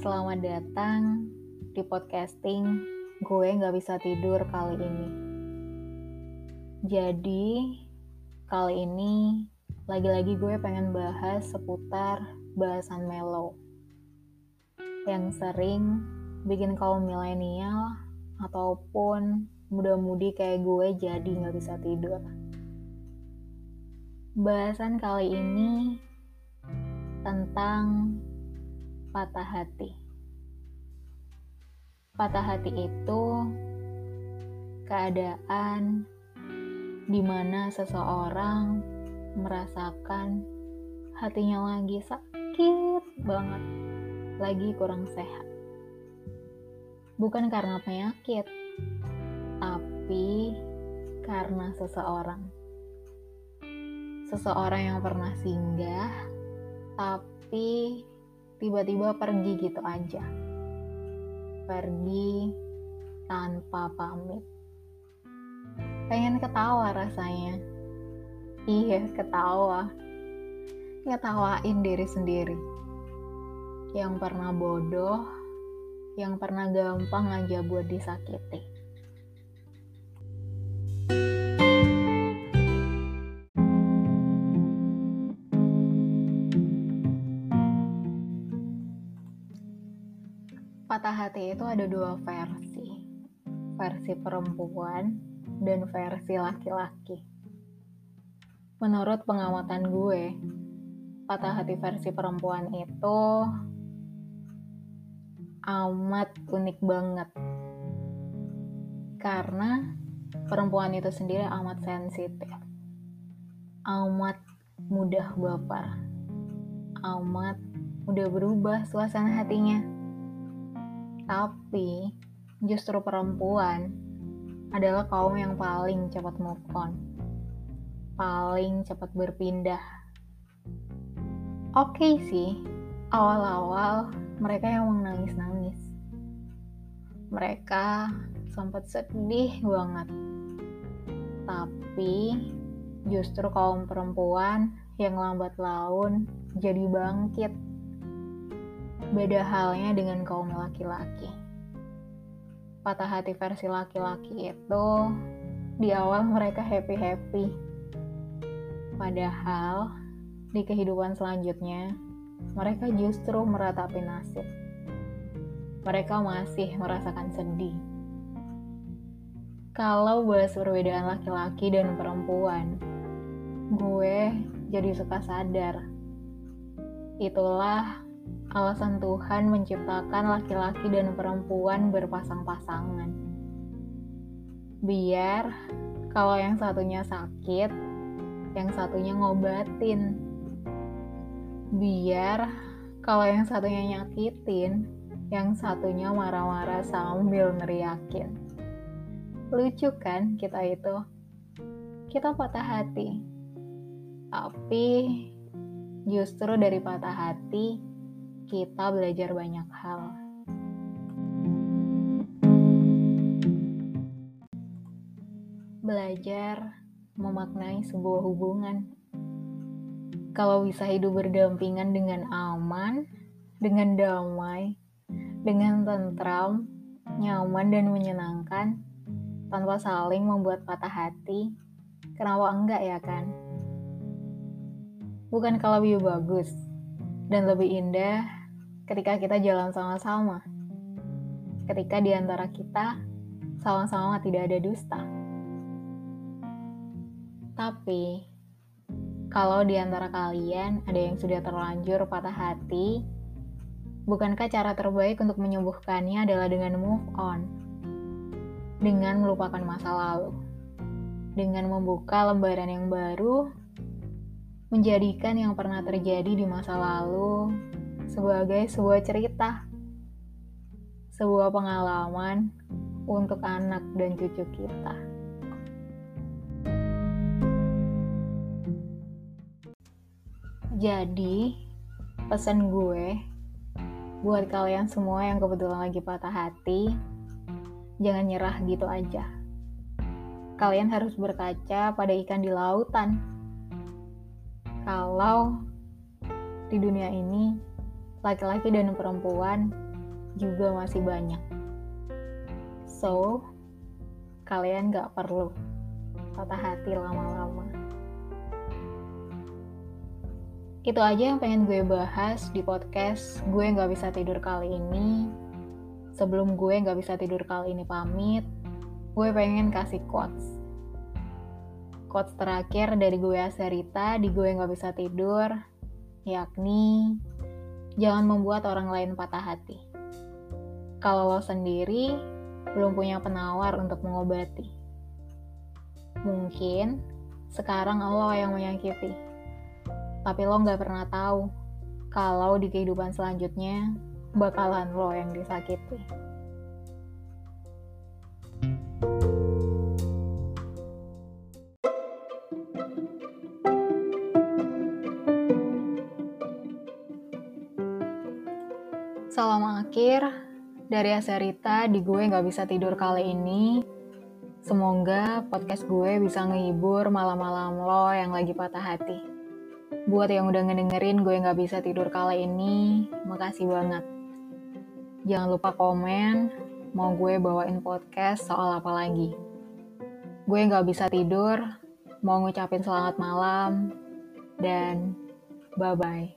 Selamat datang di podcasting gue gak bisa tidur kali ini. Jadi kali ini lagi-lagi gue pengen bahas seputar bahasan mellow yang sering bikin kaum milenial ataupun muda-mudi kayak gue jadi gak bisa tidur. Bahasan kali ini tentang patah hati. Patah hati itu keadaan di mana seseorang merasakan hatinya lagi sakit banget, lagi kurang sehat. Bukan karena penyakit, tapi karena seseorang. Seseorang yang pernah singgah, tapi tiba-tiba pergi gitu aja. Pergi tanpa pamit. Pengen ketawa rasanya. Iya, ketawa. Ngetawain diri sendiri. Yang pernah bodoh, yang pernah gampang aja buat disakiti. Patah hati itu ada dua versi perempuan dan versi laki-laki. Menurut pengamatan gue, patah hati versi perempuan itu amat unik banget. Karena perempuan itu sendiri amat sensitif, amat mudah baper, amat mudah berubah suasana hatinya. Tapi justru perempuan adalah kaum yang paling cepat move on, paling cepat berpindah. Oke sih, awal-awal mereka yang nangis-nangis. Mereka sempat sedih banget. Tapi justru kaum perempuan yang lambat laun jadi bangkit. Beda halnya dengan kaum laki-laki. Patah hati versi laki-laki itu di awal mereka happy-happy. Padahal di kehidupan selanjutnya mereka justru meratapi nasib. Mereka masih merasakan sedih. Kalau bahas perbedaan laki-laki dan perempuan, gue jadi suka sadar. Itulah alasan Tuhan menciptakan laki-laki dan perempuan berpasang-pasangan. Biar kalau yang satunya sakit, yang satunya ngobatin. Biar kalau yang satunya nyakitin, yang satunya marah-marah sambil neriakin. Lucu kan kita itu? Kita patah hati. Tapi justru dari patah hati, kita belajar banyak hal. Belajar memaknai sebuah hubungan. Kalau bisa hidup berdampingan dengan aman, dengan damai, dengan tentram, nyaman dan menyenangkan, tanpa saling membuat patah hati, kenapa enggak ya kan? Bukankah lebih bagus dan lebih indah ketika kita jalan sama-sama? Ketika di antara kita sama-sama tidak ada dusta. Tapi kalau di antara kalian ada yang sudah terlanjur patah hati, bukankah cara terbaik untuk menyembuhkannya adalah dengan move on? Dengan melupakan masa lalu. Dengan membuka lembaran yang baru, menjadikan yang pernah terjadi di masa lalu sebagai sebuah cerita, sebuah pengalaman untuk anak dan cucu kita. Jadi, pesan gue buat kalian semua yang kebetulan lagi patah hati, jangan nyerah gitu aja. Kalian harus berkaca pada ikan di lautan. Kalau di dunia ini laki-laki dan perempuan juga masih banyak. So, kalian gak perlu patah hati lama-lama. Itu aja yang pengen gue bahas di podcast Gue Gak Bisa Tidur kali ini. Sebelum gue gak bisa tidur kali ini pamit, gue pengen kasih quotes. Quotes terakhir dari gue Asarita di Gue Gak Bisa Tidur, yakni jangan membuat orang lain patah hati. Kalau lo sendiri belum punya penawar untuk mengobati. Mungkin sekarang lo yang menyakiti, tapi lo gak pernah tahu kalau di kehidupan selanjutnya bakalan lo yang disakiti. Salam akhir dari Asarita di Gue Gak Bisa Tidur kali ini. Semoga podcast gue bisa ngehibur malam-malam lo yang lagi patah hati. Buat yang udah ngedengerin Gue Gak Bisa Tidur kali ini, makasih banget. Jangan lupa komen, mau gue bawain podcast soal apa lagi. Gue Gak Bisa Tidur, mau ngucapin selamat malam, dan bye-bye.